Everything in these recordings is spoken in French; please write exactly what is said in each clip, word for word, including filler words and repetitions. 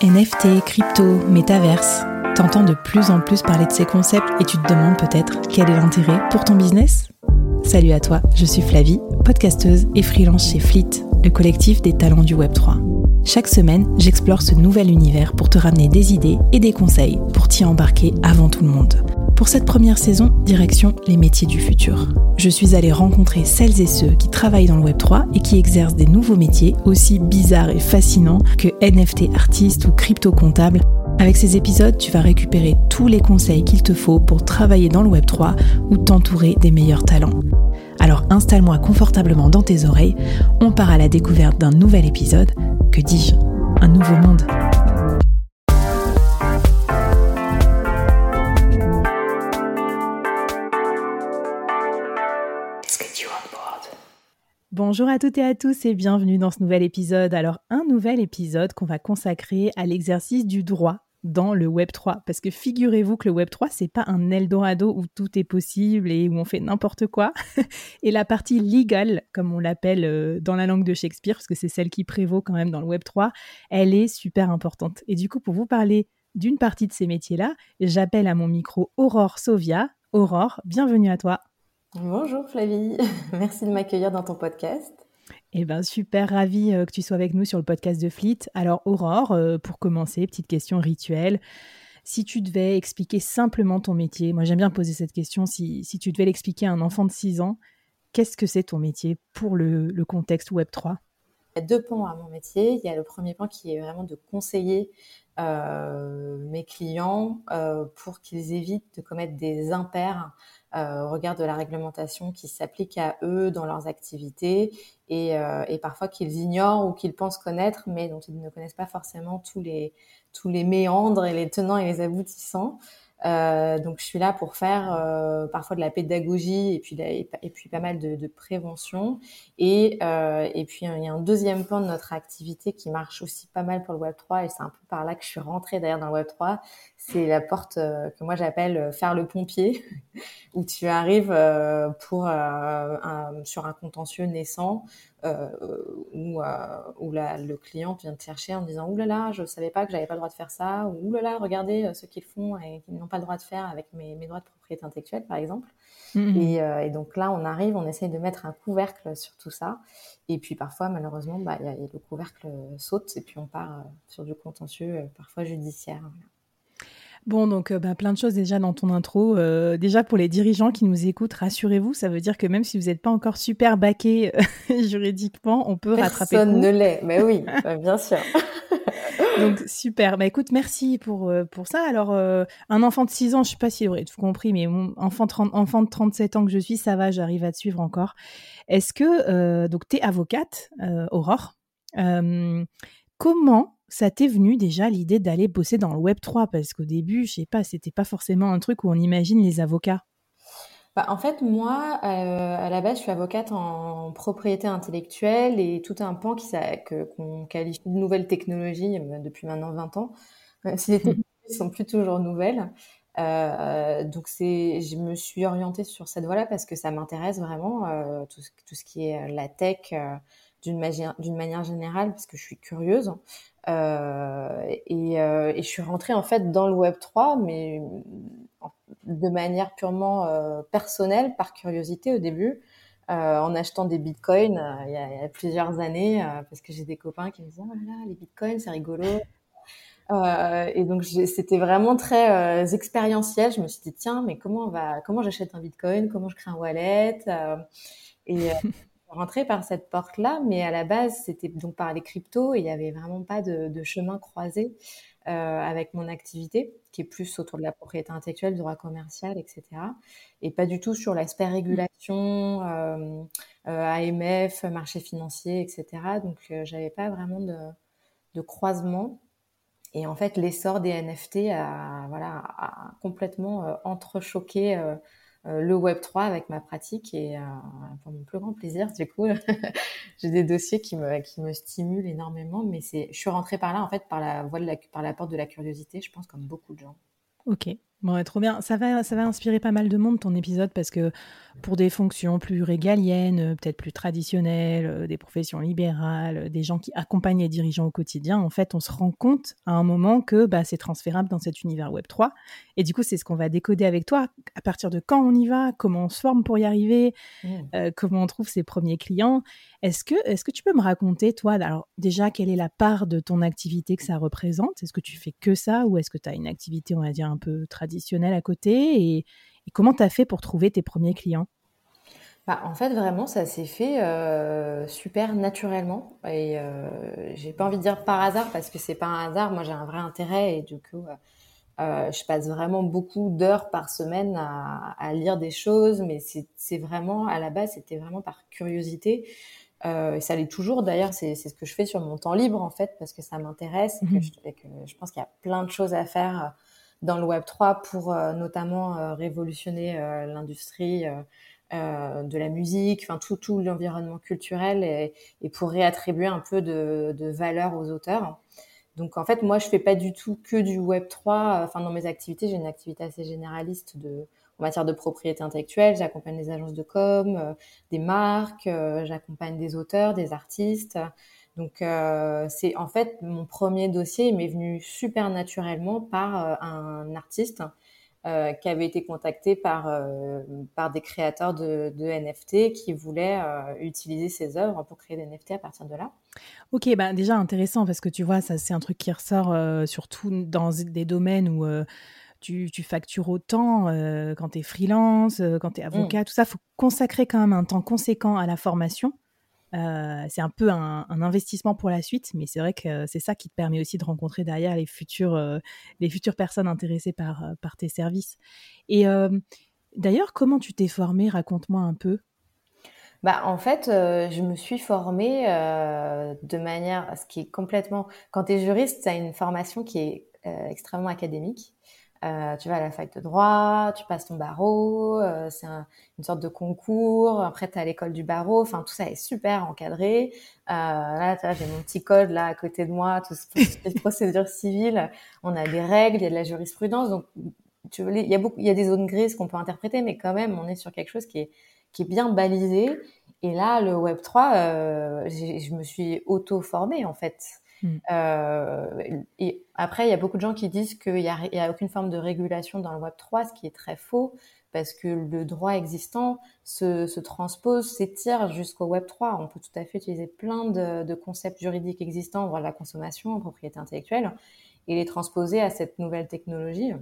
N F T, crypto, métaverse, t'entends de plus en plus parler de ces concepts et tu te demandes peut-être quel est l'intérêt pour ton business ? Salut à toi, je suis Flavie, podcasteuse et freelance chez Fleet, le collectif des talents du web trois. Chaque semaine, j'explore ce nouvel univers pour te ramener des idées et des conseils pour t'y embarquer avant tout le monde. Pour cette première saison, direction les métiers du futur. Je suis allée rencontrer celles et ceux qui travaillent dans le web trois et qui exercent des nouveaux métiers aussi bizarres et fascinants que N F T artiste ou crypto comptable. Avec ces épisodes, tu vas récupérer tous les conseils qu'il te faut pour travailler dans le web trois ou t'entourer des meilleurs talents. Alors installe-moi confortablement dans tes oreilles, on part à la découverte d'un nouvel épisode, que dis-je, un nouveau monde. Bonjour à toutes et à tous et bienvenue dans ce nouvel épisode. Alors un nouvel épisode qu'on va consacrer à l'exercice du droit dans le web trois. Parce que figurez-vous que le web trois, c'est pas un Eldorado où tout est possible et où on fait n'importe quoi. Et la partie légale, comme on l'appelle dans la langue de Shakespeare, parce que c'est celle qui prévaut quand même dans le web trois, elle est super importante. Et du coup, pour vous parler d'une partie de ces métiers-là, j'appelle à mon micro Aurore Sauvia. Aurore, bienvenue à toi. Bonjour Flavie, merci de m'accueillir dans ton podcast. Eh bien, super ravie euh, que tu sois avec nous sur le podcast de Fleet. Alors Aurore, euh, pour commencer, petite question rituelle. Si tu devais expliquer simplement ton métier, moi j'aime bien poser cette question, si, si tu devais l'expliquer à un enfant de six ans, qu'est-ce que c'est ton métier pour le, le contexte web trois ? Il y a deux pans à mon métier. Il y a le premier pan qui est vraiment de conseiller euh, mes clients euh, pour qu'ils évitent de commettre des impairs euh, au regard de la réglementation qui s'applique à eux dans leurs activités et, euh, et parfois qu'ils ignorent ou qu'ils pensent connaître, mais dont ils ne connaissent pas forcément tous les, tous les méandres et les tenants et les aboutissants. Euh, donc je suis là pour faire euh, parfois de la pédagogie et puis la, et, et puis pas mal de, de prévention et euh, et puis il y a un deuxième plan de notre activité qui marche aussi pas mal pour le web trois et c'est un peu par là que je suis rentrée d'ailleurs dans le web trois, c'est la porte euh, que moi j'appelle euh, faire le pompier où tu arrives euh, pour euh, un, sur un contentieux naissant euh, où, euh, où la, le client vient te chercher en disant « Ouh là là, je savais pas que j'avais pas le droit de faire ça » ou « Ouh là là, regardez ce qu'ils font et qu'ils n'ont pas le droit de faire avec mes, mes droits de propriété intellectuelle, par exemple. Mmh. » Et, euh, et donc là, on arrive, on essaye de mettre un couvercle sur tout ça. Et puis parfois, malheureusement, bah, y a, y a le couvercle saute et puis on part euh, sur du contentieux, euh, parfois judiciaire. Voilà. Bon, donc euh, bah, plein de choses déjà dans ton intro. Euh, déjà pour les dirigeants qui nous écoutent, rassurez-vous, ça veut dire que même si vous n'êtes pas encore super baqué euh, juridiquement, on peut Personne rattraper le coup. Personne ne l'est, mais oui, bah, bien sûr. Donc super, bah écoute, merci pour, euh, pour ça. Alors, euh, un enfant de six ans, je ne sais pas s'il aurait tout compris, mais mon enfant, trente, enfant de trente-sept ans que je suis, ça va, j'arrive à te suivre encore. Est-ce que, euh, donc tu es avocate, euh, Aurore, euh, comment ça t'est venu déjà l'idée d'aller bosser dans le web trois ? Parce qu'au début, je sais pas, c'était pas forcément un truc où on imagine les avocats. Bah, en fait, moi, euh, à la base, je suis avocate en propriété intellectuelle et tout un pan qui, ça, que, qu'on qualifie de nouvelles technologies depuis maintenant vingt ans. Si les technologies ne sont plus toujours nouvelles. Euh, donc, c'est, je me suis orientée sur cette voie-là parce que ça m'intéresse vraiment, euh, tout, ce, tout ce qui est la tech euh, d'une, manière, d'une manière générale parce que je suis curieuse. Euh, et, euh, et je suis rentrée en fait dans le web trois, mais de manière purement euh, personnelle, par curiosité au début, euh, en achetant des bitcoins euh, il, y a, il y a plusieurs années, euh, parce que j'ai des copains qui me disaient « Oh là là, les bitcoins, c'est rigolo ». Euh, et donc j'ai, c'était vraiment très euh, expérientiel. Je me suis dit tiens, mais comment on va, comment j'achète un bitcoin, comment je crée un wallet euh, et euh, rentrer par cette porte-là, mais à la base c'était donc par les cryptos et il y avait vraiment pas de, de chemin croisé euh, avec mon activité qui est plus autour de la propriété intellectuelle, du droit commercial, et cetera. Et pas du tout sur l'aspect régulation, euh, euh, A M F, marché financier, et cetera. Donc euh, j'avais pas vraiment de, de croisement. Et en fait, l'essor des N F T a, voilà, a complètement euh, entrechoqué euh, euh, le web trois avec ma pratique et euh, pour mon plus grand plaisir, du coup, j'ai des dossiers qui me, qui me stimulent énormément. Mais c'est, je suis rentrée par là, en fait, par la voie de la, par la porte de la curiosité, je pense, comme beaucoup de gens. Ok. Bon, ouais, trop bien. Ça va, ça va inspirer pas mal de monde, ton épisode, parce que pour des fonctions plus régaliennes, euh, peut-être plus traditionnelles, euh, des professions libérales, euh, des gens qui accompagnent les dirigeants au quotidien, en fait, on se rend compte à un moment que bah, c'est transférable dans cet univers web trois. Et du coup, c'est ce qu'on va décoder avec toi. À partir de quand on y va, comment on se forme pour y arriver, Mmh. euh, comment on trouve ses premiers clients. Est-ce que, est-ce que tu peux me raconter, toi, alors déjà, quelle est la part de ton activité que ça représente? Est-ce que tu fais que ça ou est-ce que tu as une activité, on va dire, un peu traditionnelle à côté? Et, et comment tu as fait pour trouver tes premiers clients? Bah, en fait, vraiment, ça s'est fait euh, super naturellement. Et euh, j'ai pas envie de dire par hasard parce que c'est pas un hasard. Moi, j'ai un vrai intérêt et du coup, euh, euh, je passe vraiment beaucoup d'heures par semaine à, à lire des choses. Mais c'est, c'est vraiment, à la base, c'était vraiment par curiosité. Euh, et ça l'est toujours. D'ailleurs, c'est, c'est ce que je fais sur mon temps libre, en fait, parce que ça m'intéresse et que je, Mhm. et que je pense qu'il y a plein de choses à faire euh, dans le web trois pour euh, notamment euh, révolutionner euh, l'industrie euh, euh, de la musique, enfin tout, tout l'environnement culturel et, et pour réattribuer un peu de, de valeur aux auteurs. Donc en fait, moi, je fais pas du tout que du web trois. Enfin, dans mes activités, j'ai une activité assez généraliste de, en matière de propriété intellectuelle. J'accompagne des agences de com, euh, des marques, euh, j'accompagne des auteurs, des artistes. Donc euh, c'est en fait mon premier dossier il m'est venu super naturellement par euh, un artiste euh, qui avait été contacté par euh, par des créateurs de, de N F T qui voulaient euh, utiliser ses œuvres pour créer des N F T à partir de là. Ok, bah déjà intéressant parce que tu vois, ça c'est un truc qui ressort euh, surtout dans des domaines où euh, tu, tu factures autant euh, quand tu es freelance, euh, quand tu es Mmh. avocat, tout ça. Il faut consacrer quand même un temps conséquent à la formation. Euh, c'est un peu un, un investissement pour la suite, mais c'est vrai que c'est ça qui te permet aussi de rencontrer derrière les futures, euh, les futures personnes intéressées par, euh, par tes services. Et euh, d'ailleurs, comment tu t'es formée? Raconte-moi un peu. Bah, en fait, euh, je me suis formée euh, de manière, ce qui est complètement. Quand tu es juriste, tu as une formation qui est euh, extrêmement académique. Euh, tu vas à la fac de droit, tu passes ton barreau, euh, c'est un- une sorte de concours. Après, tu as l'école du barreau. Enfin, tout ça est super encadré. Euh, là, tu vois, j'ai mon petit code là à côté de moi, tout ce pour ce qui est procédure civile. On a des règles, il y a de la jurisprudence. Donc, tu veux, il y a beaucoup, il y a des zones grises qu'on peut interpréter, mais quand même, on est sur quelque chose qui est qui est bien balisé. Et là, le web trois, euh, j'ai- je me suis auto-formée en fait. Mm. Euh, et après, il y a beaucoup de gens qui disent qu'il n'y a, il y a aucune forme de régulation dans le web trois, ce qui est très faux, parce que le droit existant se, se transpose, s'étire jusqu'au web trois. On peut tout à fait utiliser plein de, de concepts juridiques existants, voir la consommation, en propriété intellectuelle, et les transposer à cette nouvelle technologie,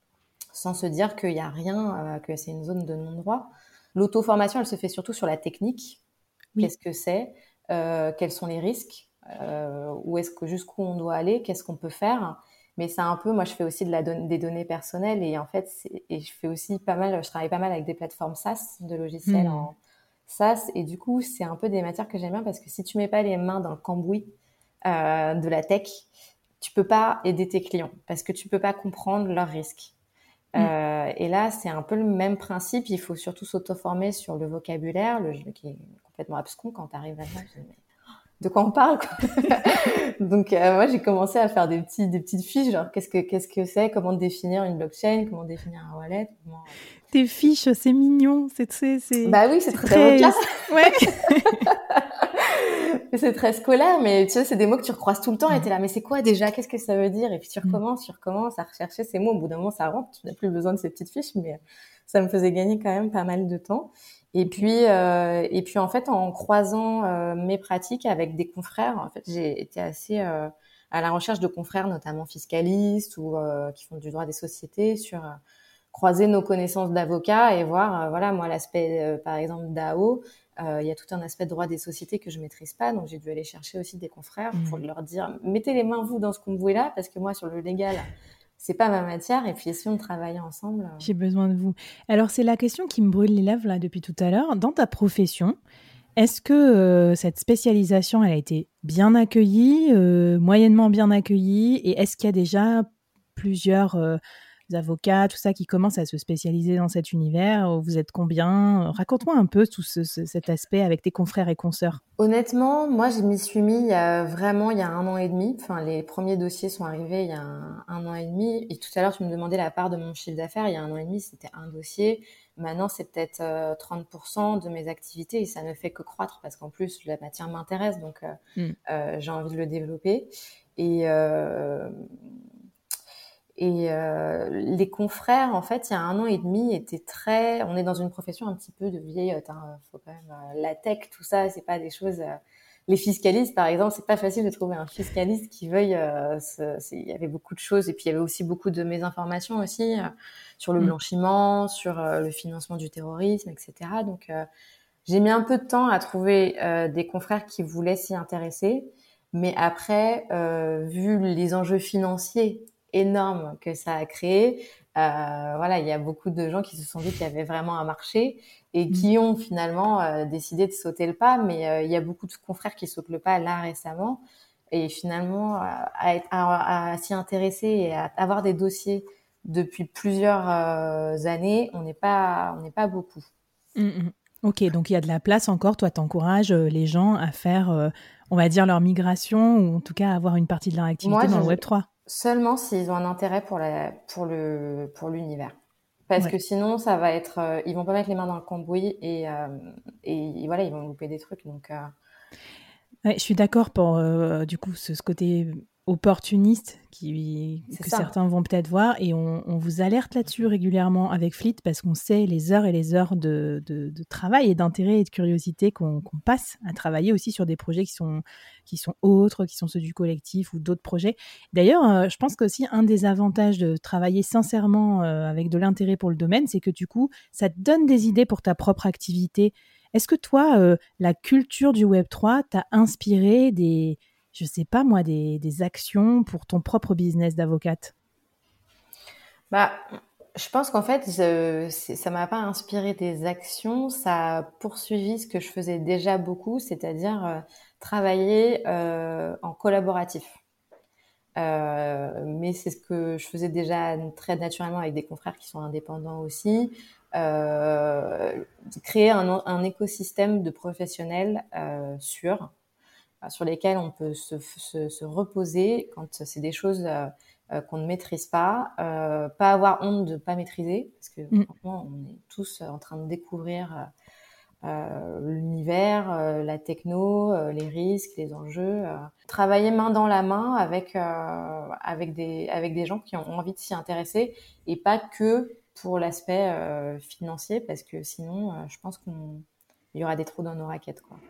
sans se dire qu'il n'y a rien, euh, que c'est une zone de non-droit. L'auto-formation, elle se fait surtout sur la technique. Oui. Qu'est-ce que c'est, euh, quels sont les risques, euh, où est-ce que jusqu'où on doit aller, qu'est-ce qu'on peut faire. Mais c'est un peu, moi je fais aussi de la don- des données personnelles et en fait, c'est- et je fais aussi pas mal, je travaille pas mal avec des plateformes SaaS, de logiciels Mm. en SaaS et du coup c'est un peu des matières que j'aime bien parce que si tu mets pas les mains dans le cambouis euh, de la tech, tu peux pas aider tes clients parce que tu peux pas comprendre leurs risques. Mm. Euh, et là, c'est un peu le même principe. Il faut surtout s'auto-former sur le vocabulaire, le, qui est complètement abscon quand tu arrives là-dedans. Tu dis, mais de quoi on parle, quoi. Donc, euh, moi, j'ai commencé à faire des petits, des petites fiches, genre qu'est-ce que, qu'est-ce que c'est, comment définir une blockchain, comment définir un wallet. Comment... Tes fiches, c'est mignon. C'est, c'est, c'est, Bah oui, c'est c'est très avocat. très. Ouais. C'est très scolaire, mais tu sais, c'est des mots que tu recroises tout le temps et t'es Mm. là, mais c'est quoi déjà? Qu'est-ce que ça veut dire? Et puis tu Mm. recommences, tu recommences à rechercher ces mots. Au bout d'un moment, ça rentre. Tu n'as plus besoin de ces petites fiches, mais ça me faisait gagner quand même pas mal de temps. Et Ok. puis, euh, et puis en fait, en croisant euh, mes pratiques avec des confrères, en fait, j'ai été assez euh, à la recherche de confrères, notamment fiscalistes ou euh, qui font du droit des sociétés, sur euh, croiser nos connaissances d'avocats et voir, euh, voilà, moi, l'aspect, euh, par exemple, D A O, euh, il y a tout un aspect de droit des sociétés que je maîtrise pas, donc j'ai dû aller chercher aussi des confrères pour Mm. leur dire, mettez les mains, vous, dans ce cambouis-là, parce que moi, sur le légal, c'est pas ma matière, et puis essayons de travailler ensemble. euh. J'ai besoin de vous. Alors, c'est la question qui me brûle les lèvres là depuis tout à l'heure. Dans ta profession, est-ce que euh, cette spécialisation, elle a été bien accueillie, euh, moyennement bien accueillie, et est-ce qu'il y a déjà plusieurs euh, avocats, tout ça, qui commencent à se spécialiser dans cet univers. Vous êtes combien ? Raconte-moi un peu tout ce, ce, cet aspect avec tes confrères et consoeurs. Honnêtement, moi, je m'y suis mis il y a vraiment il y a un an et demi. Enfin, les premiers dossiers sont arrivés il y a un, un an et demi. Et tout à l'heure, tu me demandais la part de mon chiffre d'affaires. Il y a un an et demi, c'était un dossier. Maintenant, c'est peut-être euh, trente pour cent de mes activités et ça ne fait que croître parce qu'en plus, la matière m'intéresse, donc euh, mm. euh, j'ai envie de le développer. Et euh, Et euh, les confrères, en fait, il y a un an et demi, étaient très. On est dans une profession un petit peu de vieillotte. Hein. Faut quand même euh, la tech, tout ça, c'est pas des choses. Euh... Les fiscalistes, par exemple, c'est pas facile de trouver un fiscaliste qui veuille. Euh, se... Il y avait beaucoup de choses, et puis il y avait aussi beaucoup de mésinformations aussi euh, sur le blanchiment, mmh. sur euh, le financement du terrorisme, et cetera. Donc, euh, j'ai mis un peu de temps à trouver euh, des confrères qui voulaient s'y intéresser, mais après, euh, vu les enjeux financiers énorme que ça a créé. Euh, voilà, il y a beaucoup de gens qui se sont dit qu'il y avait vraiment un marché et qui ont finalement euh, décidé de sauter le pas. Mais euh, il y a beaucoup de confrères qui sautent le pas là récemment. Et finalement, euh, à, être, à, à s'y intéresser et à avoir des dossiers depuis plusieurs euh, années, on n'est pas, on n'est pas beaucoup. Mmh. Ok, donc il y a de la place encore. Toi, tu encourages les gens à faire, euh, on va dire, leur migration ou en tout cas avoir une partie de leur activité Moi, dans je... le web trois. Seulement s'ils ont un intérêt pour, la, pour, le, pour l'univers. Parce ouais. que sinon, ça va être... Euh, ils vont pas mettre les mains dans le cambouis et, euh, et, et voilà, ils vont louper des trucs. Donc, euh... ouais, je suis d'accord pour, euh, du coup, ce, ce côté opportuniste qui, que ça. Certains vont peut-être voir. Et on, on vous alerte là-dessus régulièrement avec Fleet parce qu'on sait les heures et les heures de, de, de travail et d'intérêt et de curiosité qu'on, qu'on passe à travailler aussi sur des projets qui sont, qui sont autres, qui sont ceux du collectif ou d'autres projets. D'ailleurs, euh, je pense qu'aussi un des avantages de travailler sincèrement euh, avec de l'intérêt pour le domaine, c'est que du coup, ça te donne des idées pour ta propre activité. Est-ce que toi, euh, la culture du web trois t'a inspiré des... je sais pas moi, des, des actions pour ton propre business d'avocate? Bah, je pense qu'en fait, je, ça m'a pas inspiré des actions, ça a poursuivi ce que je faisais déjà beaucoup, c'est-à-dire euh, travailler euh, en collaboratif. Euh, mais c'est ce que je faisais déjà très naturellement avec des confrères qui sont indépendants aussi. Euh, créer un, un écosystème de professionnels euh, sûrs, sur lesquels on peut se, se, se reposer quand c'est des choses euh, euh, qu'on ne maîtrise pas, euh, pas avoir honte de pas maîtriser, parce que mmh. franchement, on est tous en train de découvrir euh, l'univers, euh, la techno, euh, les risques, les enjeux. Euh. Travailler main dans la main avec euh, avec des avec des gens qui ont envie de s'y intéresser et pas que pour l'aspect euh, financier, parce que sinon, euh, je pense qu'on il y aura des trous dans nos raquettes, quoi.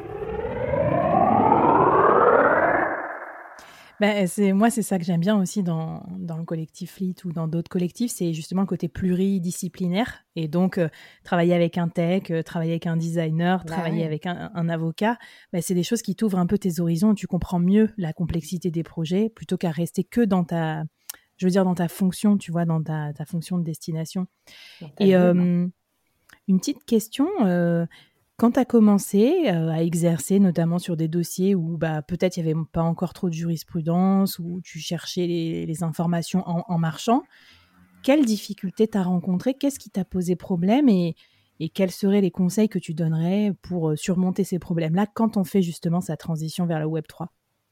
Ben, c'est, moi, c'est ça que j'aime bien aussi dans, dans le collectif Fleet ou dans d'autres collectifs, c'est justement le côté pluridisciplinaire. Et donc, euh, travailler avec un tech, euh, travailler avec un designer, bah travailler oui. avec un, un avocat, ben, c'est des choses qui t'ouvrent un peu tes horizons. Tu comprends mieux la complexité des projets plutôt qu'à rester que dans ta, je veux dire, dans ta fonction, tu vois, dans ta, ta fonction de destination. Et euh, une petite question... Euh, Quand tu as commencé euh, à exercer, notamment sur des dossiers où bah, peut-être il n'y avait pas encore trop de jurisprudence, où tu cherchais les, les informations en, en marchant, quelles difficultés tu as rencontrées? Qu'est-ce qui t'a posé problème et, et quels seraient les conseils que tu donnerais pour surmonter ces problèmes-là quand on fait justement sa transition vers le web trois?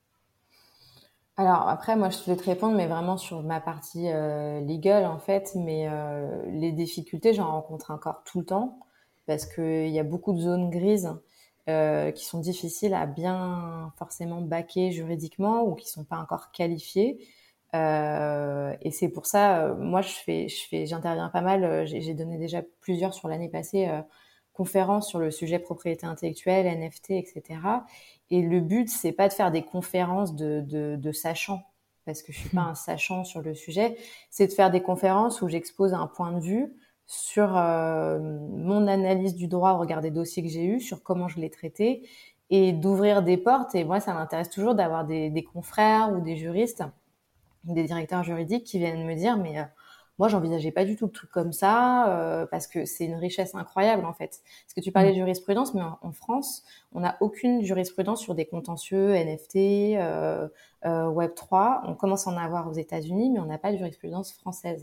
Alors après, moi, je vais te répondre, mais vraiment sur ma partie euh, legal, en fait. Mais euh, les difficultés, j'en rencontre encore tout le temps parce qu'il y a beaucoup de zones grises euh, qui sont difficiles à bien forcément baquer juridiquement ou qui sont pas encore qualifiées. Euh, et c'est pour ça, euh, moi, je fais, je fais, j'interviens pas mal. J'ai, j'ai donné déjà plusieurs sur l'année passée euh, conférences sur le sujet propriété intellectuelle, N F T, et cetera. Et le but, c'est pas de faire des conférences de, de, de sachants, parce que je suis pas un sachant sur le sujet. C'est de faire des conférences où j'expose un point de vue sur euh, mon analyse du droit au regard des dossiers que j'ai eus, sur comment je l'ai traité, et d'ouvrir des portes. Et moi, ça m'intéresse toujours d'avoir des, des confrères ou des juristes, des directeurs juridiques qui viennent me dire, mais euh, moi, j'envisageais pas du tout le truc comme ça, euh, parce que c'est une richesse incroyable, en fait. Parce que tu parlais de jurisprudence, mais en, en France, on n'a aucune jurisprudence sur des contentieux, N F T, euh, euh, web trois. On commence à en avoir aux États-Unis, mais on n'a pas de jurisprudence française.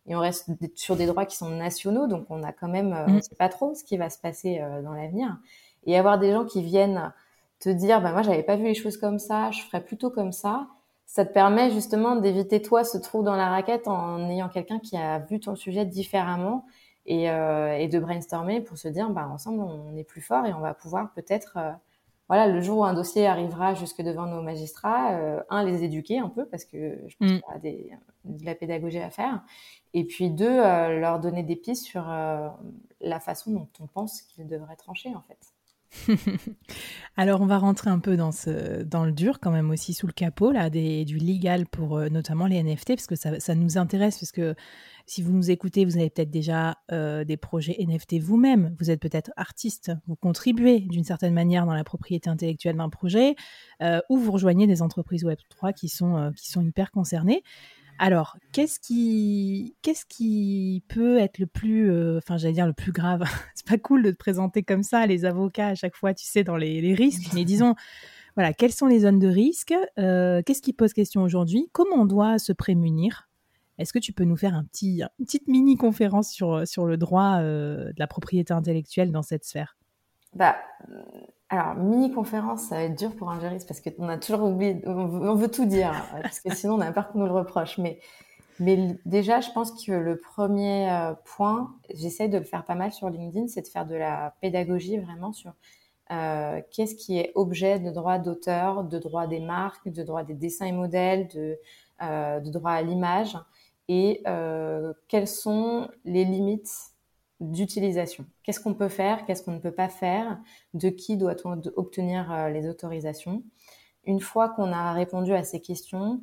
et on reste sur des droits qui sont nationaux, donc on a quand même, euh, on Mm. ne sait pas trop ce qui va se passer euh, dans l'avenir. Et avoir des gens qui viennent te dire, bah moi j'avais pas vu les choses comme ça, je ferais plutôt comme ça, ça te permet justement d'éviter toi ce trou dans la raquette en ayant quelqu'un qui a vu ton sujet différemment et, euh, et de brainstormer pour se dire, bah ensemble on est plus fort et on va pouvoir peut-être euh, voilà, le jour où un dossier arrivera jusque devant nos magistrats, euh, un, les éduquer un peu, parce que je pense Mm. qu'il y a des, de la pédagogie à faire, et puis deux, euh, leur donner des pistes sur euh, la façon dont on pense qu'ils devraient trancher, en fait. Alors, on va rentrer un peu dans, ce, dans le dur, quand même aussi sous le capot, là, des, du légal pour euh, notamment les N F T, parce que ça, ça nous intéresse, parce que si vous nous écoutez, vous avez peut-être déjà euh, des projets N F T vous-même, vous êtes peut-être artiste, vous contribuez d'une certaine manière dans la propriété intellectuelle d'un projet, euh, ou vous rejoignez des entreprises web trois qui sont, euh, qui sont hyper concernées. Alors, qu'est-ce qui, qu'est-ce qui peut être le plus, euh, enfin, j'allais dire le plus grave. C'est pas cool de te présenter comme ça, les avocats à chaque fois, tu sais, dans les, les risques. Mais disons, voilà, quelles sont les zones de risque euh, Qu'est-ce qui pose question aujourd'hui Comment on doit se prémunir? Est-ce que tu peux nous faire un petit, une petite mini-conférence sur, sur le droit euh, de la propriété intellectuelle dans cette sphère? Bah, alors, mini-conférence, ça va être dur pour un juriste, parce qu'on a toujours oublié, on veut, on veut tout dire, parce que sinon on a peur qu'on nous le reproche, mais Mais déjà, je pense que le premier euh, point, j'essaie de le faire pas mal sur LinkedIn, c'est de faire de la pédagogie vraiment sur euh, qu'est-ce qui est objet de droit d'auteur, de droit des marques, de droit des dessins et modèles, de, euh, de droit à l'image, et euh, quelles sont les limites d'utilisation. Qu'est-ce qu'on peut faire, qu'est-ce qu'on ne peut pas faire, de qui doit-on obtenir euh, les autorisations. Une fois qu'on a répondu à ces questions,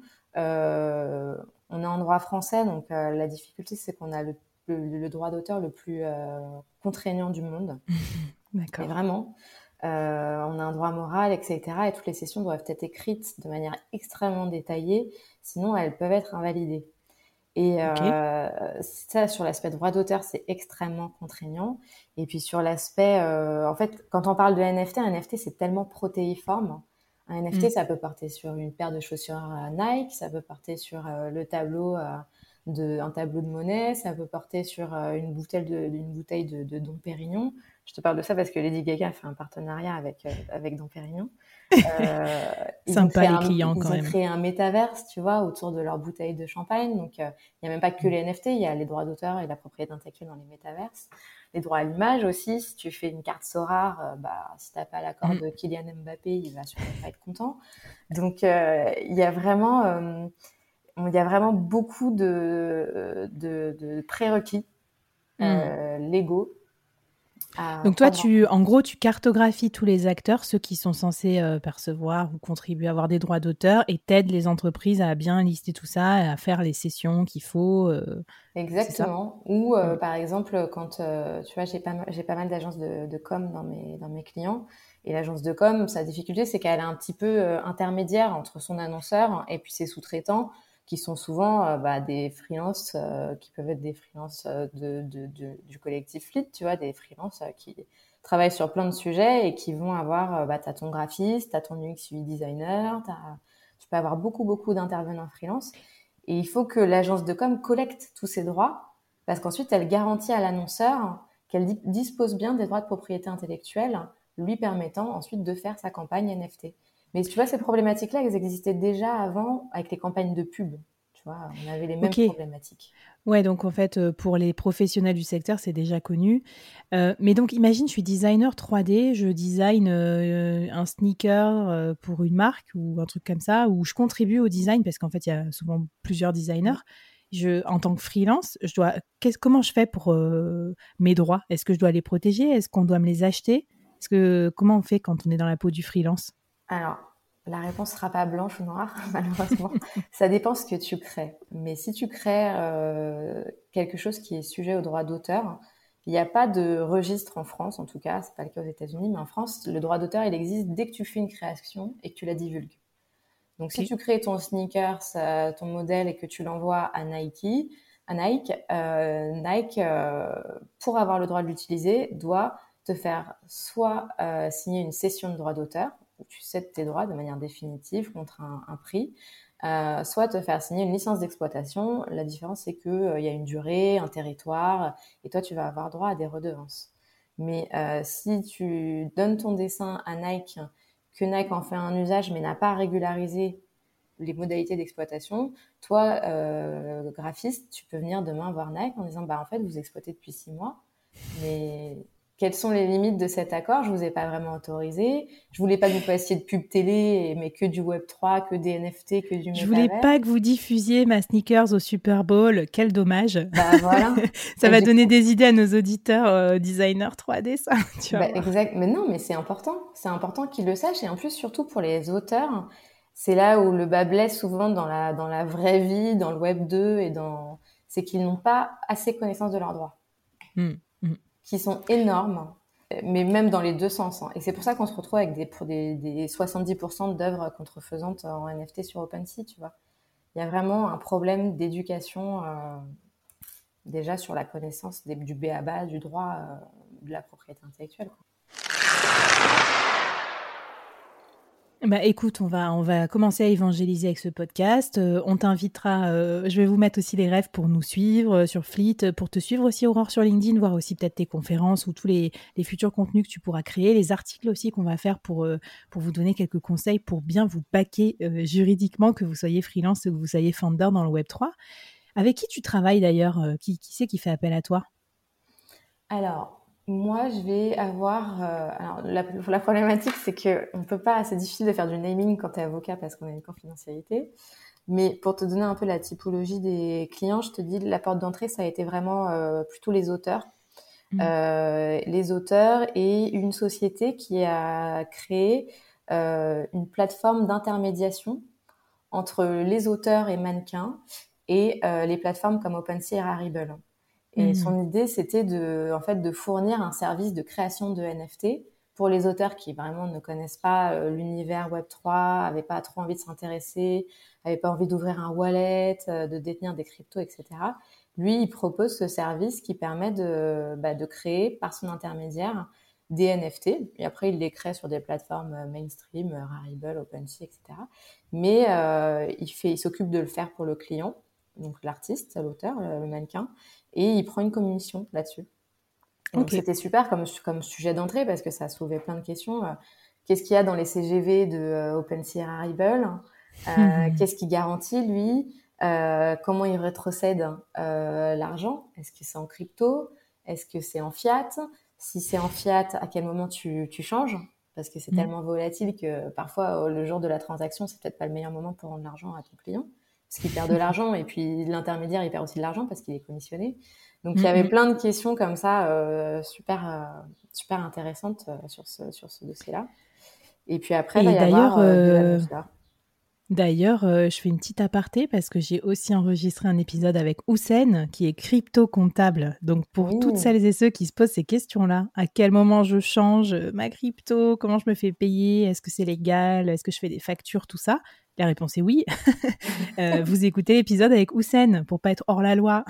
euh, on est en droit français, donc euh, la difficulté, c'est qu'on a le, le, le droit d'auteur le plus euh, contraignant du monde. Mais D'accord. vraiment, euh, on a un droit moral, et cetera. Et toutes les sessions doivent être écrites de manière extrêmement détaillée, sinon elles peuvent être invalidées. Et Ok. euh, ça, sur l'aspect droit d'auteur, c'est extrêmement contraignant. Et puis sur l'aspect, euh, en fait, quand on parle de N F T, un N F T, c'est tellement protéiforme. Un N F T, Mm. ça peut porter sur une paire de chaussures à Nike, ça peut porter sur euh, le tableau euh, de, un tableau de monnaie, ça peut porter sur euh, une bouteille de, une bouteille de, de Dom Pérignon. Je te parle de ça parce que Lady Gaga a fait un partenariat avec euh, avec Dom Pérignon. Euh, ils ont Sympa créé les un, clients quand ils ont même. créé un métaverse, tu vois, autour de leur bouteille de champagne. Donc, euh, il n'y a même pas que les N F T, il y a les droits d'auteur et la propriété intellectuelle dans les métaverses. Les droits à l'image aussi. Si tu fais une carte Sorare, euh, bah, si t'as pas l'accord Mm. de Kylian Mbappé, il va sûrement pas être content. Donc, euh, il y a vraiment, euh, il y a vraiment beaucoup de, de, de prérequis Mm. euh, légaux à Donc toi, prendre en tu, compte. en gros, tu cartographies tous les acteurs, ceux qui sont censés euh, percevoir ou contribuer à avoir des droits d'auteur, et t'aides les entreprises à bien lister tout ça, à faire les sessions qu'il faut. Euh, c'est ça? Exactement. Ou euh, Mm. par exemple, quand euh, tu vois, j'ai pas mal, j'ai pas mal d'agences de, de com dans mes dans mes clients, et l'agence de com, sa difficulté, c'est qu'elle est un petit peu euh, intermédiaire entre son annonceur et puis ses sous-traitants, qui sont souvent euh, bah, des freelances euh, qui peuvent être des freelances euh, de, de, de- du collectif Fleet, tu vois, des freelances euh, qui travaillent sur plein de sujets et qui vont avoir, euh, bah, t'as ton graphiste, t'as ton U X U I designer, t'as, tu peux avoir beaucoup beaucoup d'intervenants freelance. Et il faut que l'agence de com collecte tous ces droits, parce qu'ensuite, elle garantit à l'annonceur qu'elle di- dispose bien des droits de propriété intellectuelle, lui permettant ensuite de faire sa campagne N F T. Mais tu vois, ces problématiques-là, elles existaient déjà avant avec les campagnes de pub. Tu vois, on avait les mêmes Ok. problématiques. Ouais, donc en fait, euh, pour les professionnels du secteur, c'est déjà connu. Euh, mais donc, imagine, je suis designer trois D, je design euh, un sneaker euh, pour une marque ou un truc comme ça, ou je contribue au design parce qu'en fait, il y a souvent plusieurs designers. Je, en tant que freelance, je dois, qu'est-ce, comment je fais pour euh, mes droits? Est-ce que je dois les protéger? Est-ce qu'on doit me les acheter? Est-ce que, comment on fait quand on est dans la peau du freelance? Alors, la réponse sera pas blanche ou noire, malheureusement. Ça dépend ce que tu crées. Mais si tu crées euh, quelque chose qui est sujet au droit d'auteur, il n'y a pas de registre en France, en tout cas, c'est pas le cas aux États-Unis, mais en France, le droit d'auteur, il existe dès que tu fais une création et que tu la divulgues. Donc, Ok. si tu crées ton sneakers, euh, ton modèle et que tu l'envoies à Nike, à Nike, euh, Nike, euh, pour avoir le droit de l'utiliser, doit te faire soit euh, signer une cession de droit d'auteur, où tu cèdes tes droits de manière définitive contre un, un prix, euh, soit te faire signer une licence d'exploitation. La différence, c'est qu'il euh, y a une durée, un territoire, et toi, tu vas avoir droit à des redevances. Mais euh, si tu donnes ton dessin à Nike, que Nike en fait un usage mais n'a pas régularisé les modalités d'exploitation, toi, euh, graphiste, tu peux venir demain voir Nike en disant bah en fait vous exploitez depuis six mois, mais quelles sont les limites de cet accord? Je vous ai pas vraiment autorisé. Je voulais pas que vous passiez de pub télé, mais que du web trois, que des N F T, que du Je voulais métavers. pas que vous diffusiez ma sneakers au Super Bowl. Quel dommage. Bah voilà. Ça Et va du donner coup, des idées à nos auditeurs euh, designers trois D, ça. Tu vas bah voir. exact. Mais non, mais c'est important. C'est important qu'ils le sachent. Et en plus, surtout pour les auteurs, c'est là où le bas blesse souvent dans la, dans la vraie vie, dans le web deux et dans, c'est qu'ils n'ont pas assez connaissance de leurs droits, Mm, mm. qui sont énormes, mais même dans les deux sens, hein. Et c'est pour ça qu'on se retrouve avec des, pour des, des soixante-dix pour cent d'œuvres contrefaisantes en N F T sur OpenSea, tu vois. Il y a vraiment un problème d'éducation, euh, déjà sur la connaissance des, du B A B A, du droit, euh, de la propriété intellectuelle, quoi. Bah écoute, on va, on va commencer à évangéliser avec ce podcast. Euh, on t'invitera, euh, je vais vous mettre aussi les rêves pour nous suivre euh, sur Fleet, euh, pour te suivre aussi Aurore sur LinkedIn, voir aussi peut-être tes conférences ou tous les, les futurs contenus que tu pourras créer, les articles aussi qu'on va faire pour, euh, pour vous donner quelques conseils pour bien vous baquer euh, juridiquement, que vous soyez freelance ou que vous soyez founder dans le web trois. Avec qui tu travailles d'ailleurs? euh, Qui, qui c'est qui fait appel à toi? Alors, moi, je vais avoir. Euh, alors, la, la problématique, c'est que on peut pas. C'est difficile de faire du naming quand tu es avocat parce qu'on a une confidentialité. Mais pour te donner un peu la typologie des clients, je te dis la porte d'entrée, ça a été vraiment euh, plutôt les auteurs, Mm. euh, les auteurs et une société qui a créé euh, une plateforme d'intermédiation entre les auteurs et mannequins et euh, les plateformes comme OpenSea et Rarible. Et Mm. son idée, c'était de, en fait, de fournir un service de création de N F T pour les auteurs qui vraiment ne connaissent pas euh, l'univers web trois, n'avaient pas trop envie de s'intéresser, n'avaient pas envie d'ouvrir un wallet, euh, de détenir des cryptos, et cetera. Lui, il propose ce service qui permet de, bah, de créer par son intermédiaire des N F T. Et après, il les crée sur des plateformes euh, mainstream, euh, Rarible, OpenSea, et cetera. Mais euh, il fait, il s'occupe de le faire pour le client, donc l'artiste, l'auteur, le mannequin, et il prend une commission là-dessus. Et donc Ok. c'était super comme, comme sujet d'entrée parce que ça a soulevé plein de questions. Euh, Qu'est-ce qu'il y a dans les C G V de euh, OpenSea et Rarible? euh, Qu'est-ce qui garantit, lui? euh, Comment il rétrocède euh, l'argent? Est-ce que c'est en crypto? Est-ce que c'est en fiat? Si c'est en fiat, à quel moment tu, tu changes? Parce que c'est Mm. tellement volatile que parfois, le jour de la transaction, c'est peut-être pas le meilleur moment pour rendre l'argent à ton client. Parce qu'il perd de l'argent et puis l'intermédiaire, il perd aussi de l'argent parce qu'il est commissionné. Donc il y Mm, avait mm. plein de questions comme ça, euh, super, euh, super intéressantes euh, sur ce, sur ce dossier-là. Et puis après, il va Et y avoir d'ailleurs, euh, de euh, l'annonceur. D'ailleurs, euh, je fais une petite aparté parce que j'ai aussi enregistré un épisode avec Houssen, qui est crypto-comptable. Donc, pour toutes Oui. celles et ceux qui se posent ces questions-là, à quel moment je change euh, ma crypto, comment je me fais payer, est-ce que c'est légal, est-ce que je fais des factures, tout ça, la réponse est oui. Euh, vous écoutez l'épisode avec Houssen pour pas être hors la loi.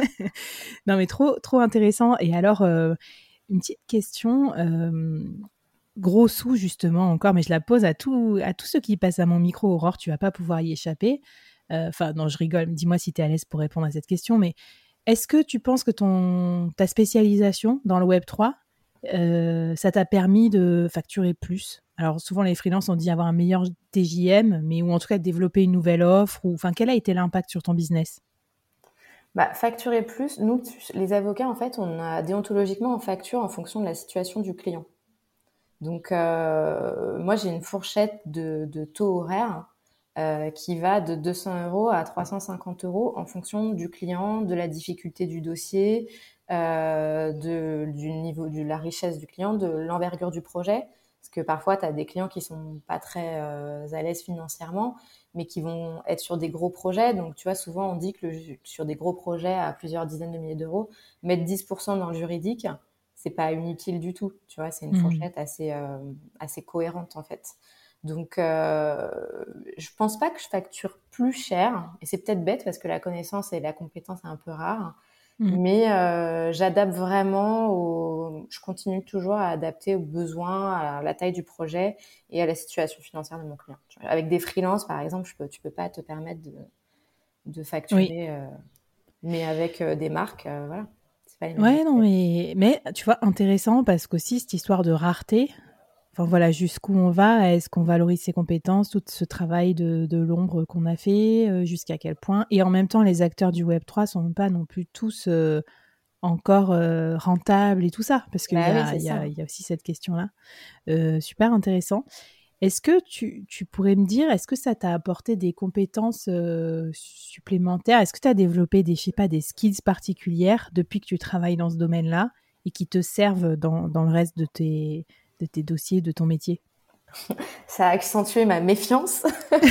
Non, mais trop, trop intéressant. Et alors, euh, une petite question. euh, Gros sous, justement, encore, mais je la pose à, tout, à tous ceux qui passent à mon micro. Aurore, tu vas pas pouvoir y échapper. Enfin, euh, non, je rigole. Dis-moi si tu es à l'aise pour répondre à cette question. Mais est-ce que tu penses que ton, ta spécialisation dans le web trois, euh, ça t'a permis de facturer plus? Alors, souvent, les freelances ont dit avoir un meilleur T J M, mais ou en tout cas de développer une nouvelle offre. Ou, enfin, quel a été l'impact sur ton business? Bah, facturer plus, nous, les avocats, en fait, on a déontologiquement, on facture en fonction de la situation du client. Donc, euh, moi, j'ai une fourchette de, de taux horaire euh, qui va de deux cents euros à trois cent cinquante euros en fonction du client, de la difficulté du dossier, euh, de, du niveau de la richesse du client, de l'envergure du projet. Parce que parfois, tu as des clients qui sont pas très euh, à l'aise financièrement, mais qui vont être sur des gros projets. Donc, tu vois, souvent, on dit que le, sur des gros projets à plusieurs dizaines de milliers d'euros, mettre dix pour cent dans le juridique, c'est pas inutile du tout. Tu vois, c'est une Mmh. fourchette assez, euh, assez cohérente, en fait. Donc, euh, je pense pas que je facture plus cher. Et c'est peut-être bête parce que la connaissance et la compétence est un peu rare. Mmh. Mais euh, j'adapte vraiment, au... je continue toujours à adapter aux besoins, à la taille du projet et à la situation financière de mon client. Tu vois, avec des freelances, par exemple, je peux, tu peux pas te permettre de, de Oui. facturer, euh, mais avec euh, des marques, euh, voilà, c'est pas les mêmes Ouais, non, aspects. mais, mais tu vois, intéressant parce qu'aussi cette histoire de rareté, enfin voilà, jusqu'où on va, est-ce qu'on valorise ses compétences, tout ce travail de, de l'ombre qu'on a fait, euh, jusqu'à quel point. Et en même temps, les acteurs du web trois sont pas non plus tous euh, encore euh, rentables et tout ça, parce qu'il y Bah oui, a, c'est il y ça. a, il y a aussi cette question-là. Euh, super intéressant. Est-ce que tu, tu pourrais me dire, est-ce que ça t'a apporté des compétences euh, supplémentaires? Est-ce que tu as développé des, je sais pas, des skills particulières depuis que tu travailles dans ce domaine-là et qui te servent dans, dans le reste de tes, de tes dossiers, de ton métier? Ça a accentué ma méfiance.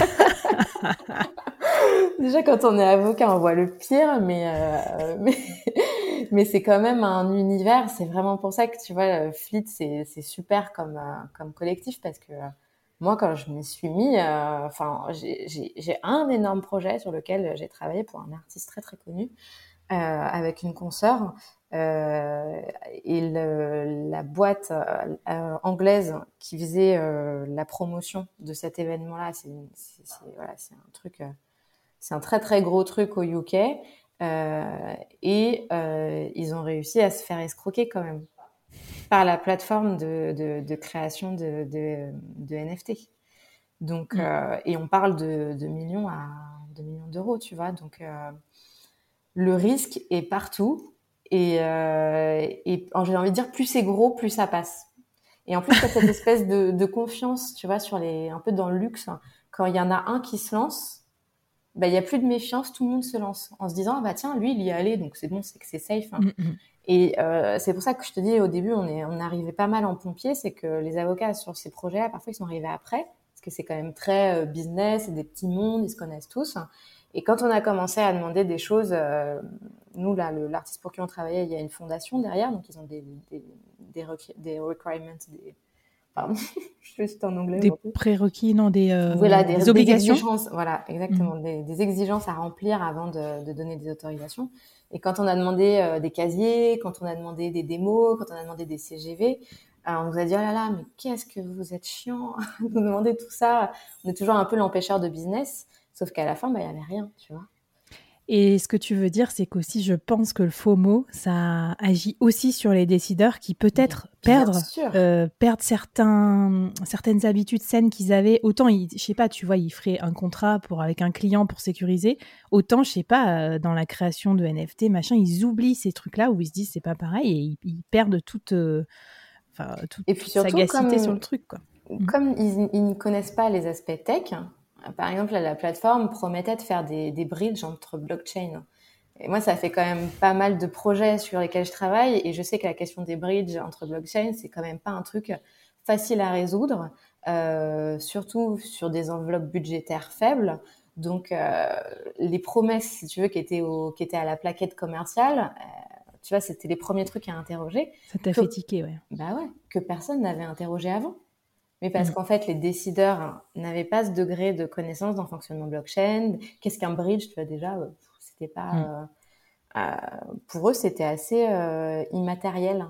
Déjà, quand on est avocat, on voit le pire, mais euh, mais, mais c'est quand même un univers. C'est vraiment pour ça que tu vois, Fleet, c'est c'est super comme euh, comme collectif parce que euh, moi, quand je m'y suis mis, euh, enfin, j'ai j'ai j'ai un énorme projet sur lequel j'ai travaillé pour un artiste très très connu euh, avec une consoeur. Euh, et le, la boîte euh, euh, anglaise qui faisait euh, la promotion de cet événement-là, c'est c'est c'est- voilà, c'est un truc. Euh, c'est un très très gros truc au U K euh, et euh, ils ont réussi à se faire escroquer quand même par la plateforme de, de, de création de, de, de N F T. Donc Mm. euh, et on parle de, de millions à de millions d'euros, tu vois. Donc euh, le risque est partout et, euh, et j'ai envie de dire plus c'est gros, plus ça passe. Et en plus, il y a cette espèce de, de confiance, tu vois, sur les un peu dans le luxe. Quand il y en a un qui se lance, bah, il y a plus de méfiance, tout le monde se lance en se disant ah bah tiens lui il y est allé donc c'est bon, c'est que c'est safe hein. Mm, mm. Et euh, c'est pour ça que je te dis au début on est on arrivait pas mal en pompier, c'est que les avocats sur ces projets-là parfois ils sont arrivés après parce que c'est quand même très euh, business, c'est des petits mondes, ils se connaissent tous. Et quand on a commencé à demander des choses, euh, nous là le, l'artiste pour qui on travaillait, il y a une fondation derrière donc ils ont des des des, requ- des requirements, des pardon, je suis en anglais Des aujourd'hui. prérequis, non, des, Voilà, euh, des, des des obligations. exigences, voilà, Mm. exactement, des, des exigences à remplir avant de, de donner des autorisations. Et quand on a demandé euh, des casiers, quand on a demandé des démos, quand on a demandé des C G V, euh, on nous a dit oh là là, mais qu'est-ce que vous êtes chiant de nous demander tout ça. On est toujours un peu l'empêcheur de business, sauf qu'à la fin, bah il y avait rien, tu vois. Et ce que tu veux dire, c'est qu'aussi, je pense que le FOMO, ça agit aussi sur les décideurs qui Mais peut-être bien perdent, sûr. euh, perdent certains, certaines habitudes saines qu'ils avaient. Autant, ils, je sais pas, tu vois, ils feraient un contrat pour, avec un client pour sécuriser. Autant, je sais pas, euh, dans la création de N F T, machin, ils oublient ces trucs-là où ils se disent c'est pas pareil et ils, ils perdent toute, euh, enfin, toute, Et puis toute surtout, sagacité sur comme le truc, quoi. Mm. comme ils, ils ne connaissent pas les aspects tech, par exemple, la plateforme promettait de faire des, des bridges entre blockchains. Et moi, ça fait quand même pas mal de projets sur lesquels je travaille et je sais que la question des bridges entre blockchains, c'est quand même pas un truc facile à résoudre, euh, surtout sur des enveloppes budgétaires faibles. Donc, euh, les promesses, si tu veux, qui étaient, au, qui étaient à la plaquette commerciale, euh, tu vois, c'était les premiers trucs à interroger Ça t'a que, fait tiquer, ouais. bah ouais, que personne n'avait interrogé avant. Mais parce Mm. qu'en fait, les décideurs hein, n'avaient pas ce degré de connaissance dans le fonctionnement blockchain. Qu'est-ce qu'un bridge, tu vois, déjà, euh, c'était Mm. pas... Euh, euh, pour eux, c'était assez euh, immatériel.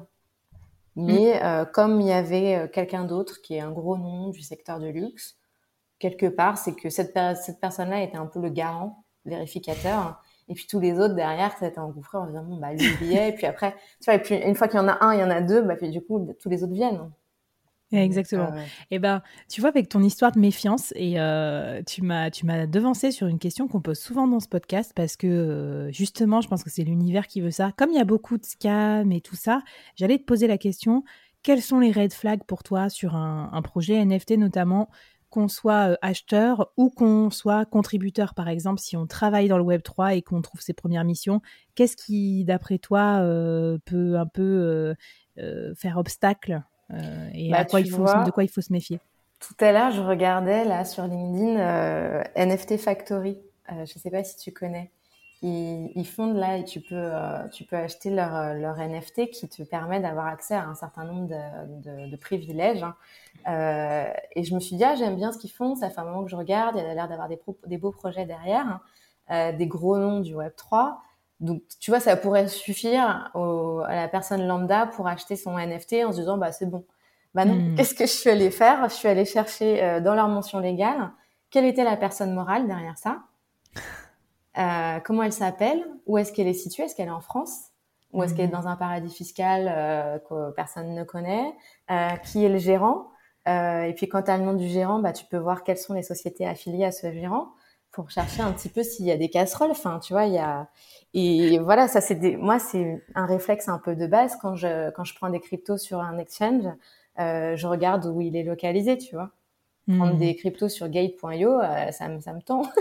Mm. Mais euh, comme il y avait euh, quelqu'un d'autre qui est un gros nom du secteur de luxe, quelque part, c'est que cette, per- cette personne-là était un peu le garant, vérificateur. Et puis tous les autres derrière, ça s'étaient engouffrés en disant, bon, bah, lui, il y est. Et puis après, tu vois, et puis une fois qu'il y en a un, il y en a deux, bah, puis du coup, tous les autres viennent. Donc, Exactement. euh, Et ben, tu vois, avec ton histoire de méfiance, et euh, tu m'as, tu m'as devancé sur une question qu'on pose souvent dans ce podcast parce que euh, justement, je pense que c'est l'univers qui veut ça. Comme il y a beaucoup de scams et tout ça, j'allais te poser la question, quels sont les red flags pour toi sur un, un projet N F T notamment, qu'on soit euh, acheteur ou qu'on soit contributeur, par exemple, si on travaille dans le web trois et qu'on trouve ses premières missions, qu'est-ce qui, d'après toi, euh, peut un peu euh, euh, faire obstacle euh, et bah, à quoi il tu faut, de quoi vois, il faut se méfier. tout à l'heure, je regardais là sur LinkedIn euh, N F T Factory. Euh, je sais pas si tu connais. Ils, ils font de là et tu peux, euh, tu peux acheter leur, euh, leur N F T qui te permet d'avoir accès à un certain nombre de, de, de privilèges. Hein. Euh, et je me suis dit, ah, j'aime bien ce qu'ils font. Ça fait un moment que je regarde. Il y a l'air d'avoir des, pro- des beaux projets derrière, hein. Euh, des gros noms du Web trois. Donc, tu vois, ça pourrait suffire au, à la personne lambda pour acheter son N F T en se disant, bah, c'est bon. Bah non, Mm. qu'est-ce que je suis allée faire? Je suis allée chercher euh, dans leur mention légale quelle était la personne morale derrière ça, euh, comment elle s'appelle, où est-ce qu'elle est située, est-ce qu'elle est en France, ou est-ce qu'elle est Mm. dans un paradis fiscal euh, que personne ne connaît, euh, qui est le gérant, euh, et puis quand tu as le nom du gérant, bah, tu peux voir quelles sont les sociétés affiliées à ce gérant pour chercher un petit peu s'il y a des casseroles. Enfin, tu vois, il y a et voilà, ça c'est des... moi c'est un réflexe un peu de base quand je quand je prends des cryptos sur un exchange, euh, je regarde où il est localisé, tu vois. Prendre Mm. des cryptos sur gate point io, euh, ça me ça me tend.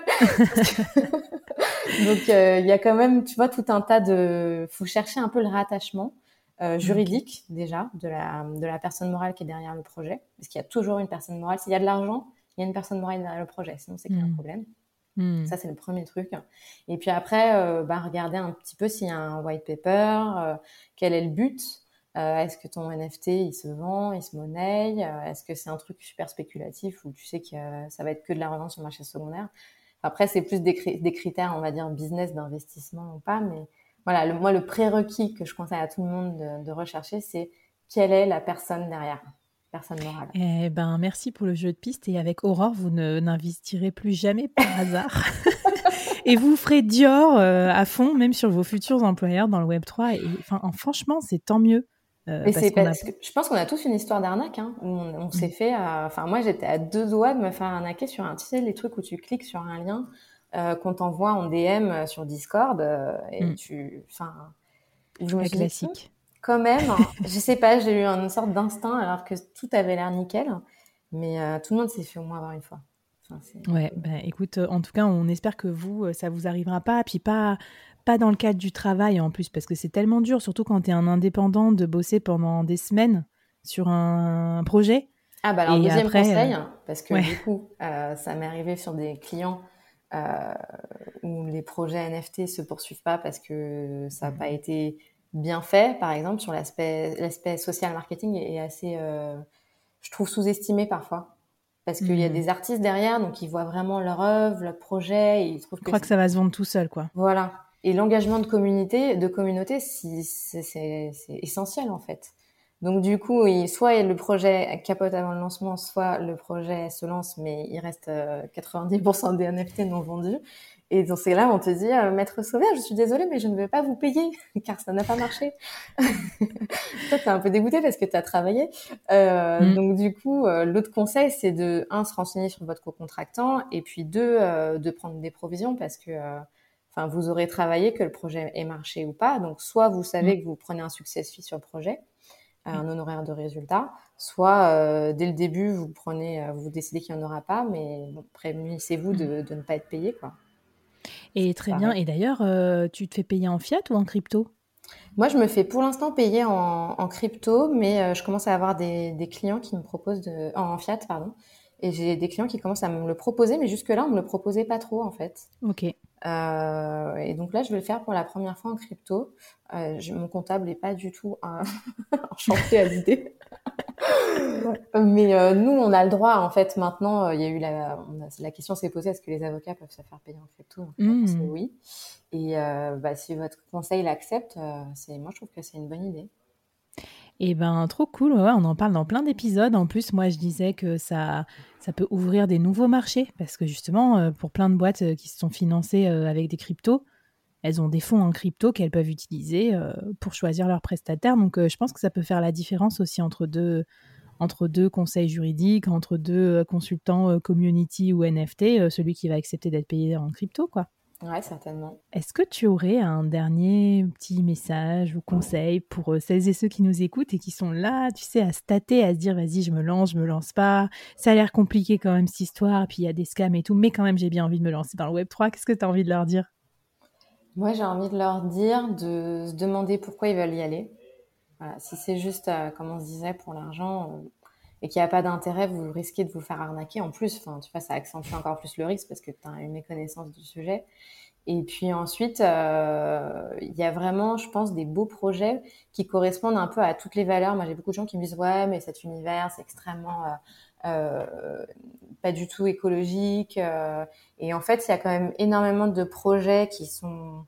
Donc euh, il y a quand même, tu vois, tout un tas de, faut chercher un peu le rattachement euh, Ok. juridique déjà de la de la personne morale qui est derrière le projet, parce qu'il y a toujours une personne morale. S'il y a de l'argent, il y a une personne morale derrière le projet, sinon c'est qu'il y a un Mm. problème. Mm. Ça c'est le premier truc. Et puis après, euh, bah regarder un petit peu s'il y a un white paper, euh, quel est le but. Euh, est-ce que ton N F T il se vend, il se monnaie, euh, est-ce que c'est un truc super spéculatif où tu sais que euh, ça va être que de la revente sur le marché secondaire. Après, c'est plus des, cri- des critères, on va dire, business, d'investissement ou pas. Mais voilà, le, moi, le prérequis que je conseille à tout le monde de, de rechercher, c'est quelle est la personne derrière, personne morale. Eh ben, merci pour le jeu de piste. Et avec Aurore, vous ne n'investirez plus jamais par hasard. Et vous ferez Dior euh, à fond, même sur vos futurs employeurs dans le web trois. Et enfin, en- franchement, c'est tant mieux. euh, Mais parce c'est qu'on a... parce que je pense qu'on a tous une histoire d'arnaque, hein, où on, on s'est Mm. fait. euh, Enfin, moi, j'étais à deux doigts de me faire arnaquer sur un, tu sais, les trucs où tu cliques sur un lien euh, qu'on t'envoie en D M sur Discord euh, et Mm. tu, enfin, où je me La suis dit, Hum, classique. quand même, hein, je sais pas, j'ai eu une sorte d'instinct alors que tout avait l'air nickel, mais euh, tout le monde s'est fait au moins avoir une fois. Enfin, c'est un Ouais, peu... ben écoute, euh, en tout cas, on espère que vous, euh, ça vous arrivera pas, puis pas, pas dans le cadre du travail en plus, parce que c'est tellement dur, surtout quand tu es un indépendant, de bosser pendant des semaines sur un projet, Ah bah alors et deuxième après, euh, conseil, parce que ouais. du coup, euh, ça m'est arrivé sur des clients euh, où les projets N F T se poursuivent pas parce que ça n'a pas été bien fait, par exemple, sur l'aspect l'aspect social marketing est assez, euh, je trouve, sous-estimé parfois. Parce qu'il y a Hmm. des artistes derrière, donc ils voient vraiment leur œuvre, leur projet, et ils trouvent Je que crois c'est... que ça va se vendre tout seul, quoi. Voilà. Et l'engagement de communauté, de communauté, si, c'est, c'est, c'est essentiel en fait. Donc du coup, il, soit le projet capote avant le lancement, soit le projet se lance, mais il reste euh, quatre-vingt-dix pour cent des N F T non vendus. Et dans ces là, on te dit, euh, Maître Sauveur, je suis désolée, mais je ne vais pas vous payer, car ça n'a pas marché. Toi, t'es un peu dégoûté parce que tu as travaillé. Euh, Hmm. donc du coup, euh, l'autre conseil, c'est de, un, se renseigner sur votre co-contractant, et puis deux, euh, de prendre des provisions parce que... Euh, Enfin, vous aurez travaillé, que le projet ait marché ou pas. Donc, soit vous Hmm. savez que vous prenez un success fee sur le projet, Oui. un honoraire de résultat, soit euh, dès le début vous prenez, euh, vous décidez qu'il n'y en aura pas, mais bon, prémunissez-vous Hmm. de, de ne pas être payé, quoi. Et très bien. Pareil. Et d'ailleurs, euh, tu te fais payer en fiat ou en crypto? Moi, je me fais pour l'instant payer en, en crypto, mais euh, je commence à avoir des, des clients qui me proposent de, en fiat, pardon. Et j'ai des clients qui commencent à me le proposer, mais jusque-là, on me le proposait pas trop, en fait. Ok. Euh, et donc là, je vais le faire pour la première fois en crypto. Euh, je- mon comptable est pas du tout euh, enchanté à l'idée. Mais euh, nous, on a le droit, en fait, maintenant, euh, il y a eu la, on a- la question s'est posée, est-ce que les avocats peuvent se faire payer en crypto? Donc la réponse est Hmm. oui. Et euh, bah, si votre conseil l'accepte, euh, c'est, moi, je trouve que c'est une bonne idée. Eh ben, trop cool. Ouais, ouais, on en parle dans plein d'épisodes. En plus, moi, je disais que ça, ça peut ouvrir des nouveaux marchés parce que justement, euh, pour plein de boîtes euh, qui se sont financées euh, avec des cryptos, elles ont des fonds en crypto qu'elles peuvent utiliser euh, pour choisir leurs prestataires. Donc, euh, je pense que ça peut faire la différence aussi entre deux, entre deux conseils juridiques, entre deux euh, consultants euh, community ou N F T, euh, celui qui va accepter d'être payé en crypto, quoi. Ouais, certainement. Est-ce que tu aurais un dernier petit message ou conseil pour euh, celles et ceux qui nous écoutent et qui sont là, tu sais, à se tâter, à se dire, vas-y, je me lance, je me lance pas. Ça a l'air compliqué quand même, cette histoire. Puis il y a des scams et tout, mais quand même, j'ai bien envie de me lancer dans le web trois. Qu'est-ce que tu as envie de leur dire? Moi, j'ai envie de leur dire de se demander pourquoi ils veulent y aller. Voilà, si c'est juste, euh, comme on se disait, pour l'argent euh, et qu'il n'y a pas d'intérêt, vous risquez de vous faire arnaquer. En plus, enfin, tu vois, ça accentue encore plus le risque parce que tu as une méconnaissance du sujet. Et puis ensuite, euh, il y a vraiment, je pense, des beaux projets qui correspondent un peu à toutes les valeurs. Moi, j'ai beaucoup de gens qui me disent, ouais, mais cet univers, c'est extrêmement euh, euh, pas du tout écologique. Euh, et en fait, il y a quand même énormément de projets qui sont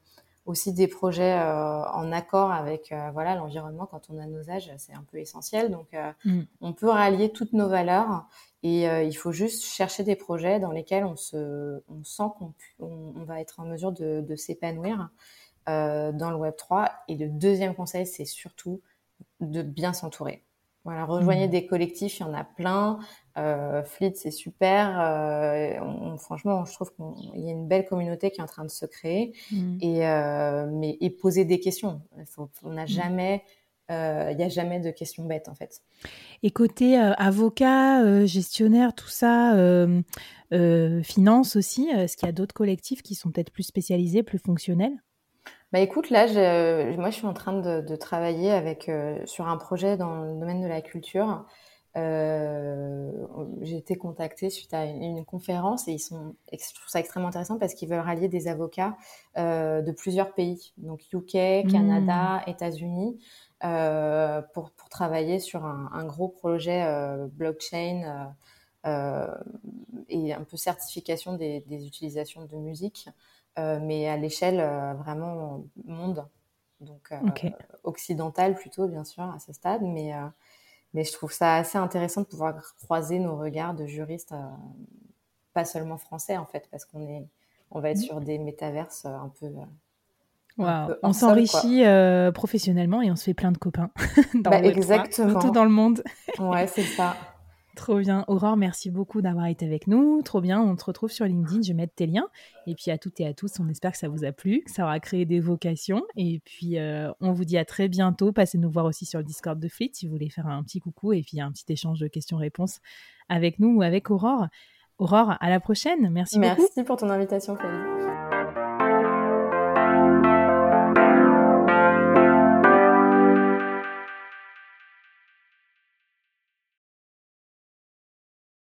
aussi des projets euh, en accord avec euh, voilà l'environnement. Quand on a nos âges, c'est un peu essentiel. Donc, euh, mm. on peut rallier toutes nos valeurs et euh, il faut juste chercher des projets dans lesquels on se, on sent qu'on on, on va être en mesure de, de s'épanouir euh, dans le web trois. Et le deuxième conseil, c'est surtout de bien s'entourer. Voilà, rejoignez mmh. des collectifs, il y en a plein. Euh, Fleet, c'est super. Euh, on, franchement, je trouve qu'il y a une belle communauté qui est en train de se créer. Mmh. Et, euh, mais, et poser des questions. Il faut, on n'a jamais, euh, il n'y a jamais de questions bêtes, en fait. Et côté euh, avocat, euh, gestionnaire, tout ça, euh, euh, finance aussi, est-ce qu'il y a d'autres collectifs qui sont peut-être plus spécialisés, plus fonctionnels ? Bah écoute, là, je, moi, je suis en train de, de travailler avec euh, sur un projet dans le domaine de la culture. Euh, j'ai été contactée suite à une, une conférence et ils sont, je trouve ça extrêmement intéressant parce qu'ils veulent rallier des avocats euh, de plusieurs pays, donc U K, Canada, mmh. États-Unis, euh, pour pour travailler sur un, un gros projet euh, blockchain euh, euh, et un peu certification des, des utilisations de musique. Euh, mais à l'échelle euh, vraiment monde, donc euh, okay. occidentale plutôt bien sûr à ce stade, mais, euh, mais je trouve ça assez intéressant de pouvoir croiser nos regards de juristes, euh, pas seulement français en fait, parce qu'on est, on va être sur des métaverses un peu... Wow. Un peu on s'enrichit euh, professionnellement et on se fait plein de copains dans bah, le web exactement. trois, partout dans le monde. Ouais, c'est ça. Trop bien. Aurore, merci beaucoup d'avoir été avec nous. Trop bien. On te retrouve sur LinkedIn. Je vais mettre tes liens. Et puis à toutes et à tous, on espère que ça vous a plu, que ça aura créé des vocations. Et puis, euh, on vous dit à très bientôt. Passez nous voir aussi sur le Discord de Fleet si vous voulez faire un petit coucou et puis un petit échange de questions-réponses avec nous ou avec Aurore. Aurore, à la prochaine. Merci, merci beaucoup. Merci pour ton invitation, Flavie.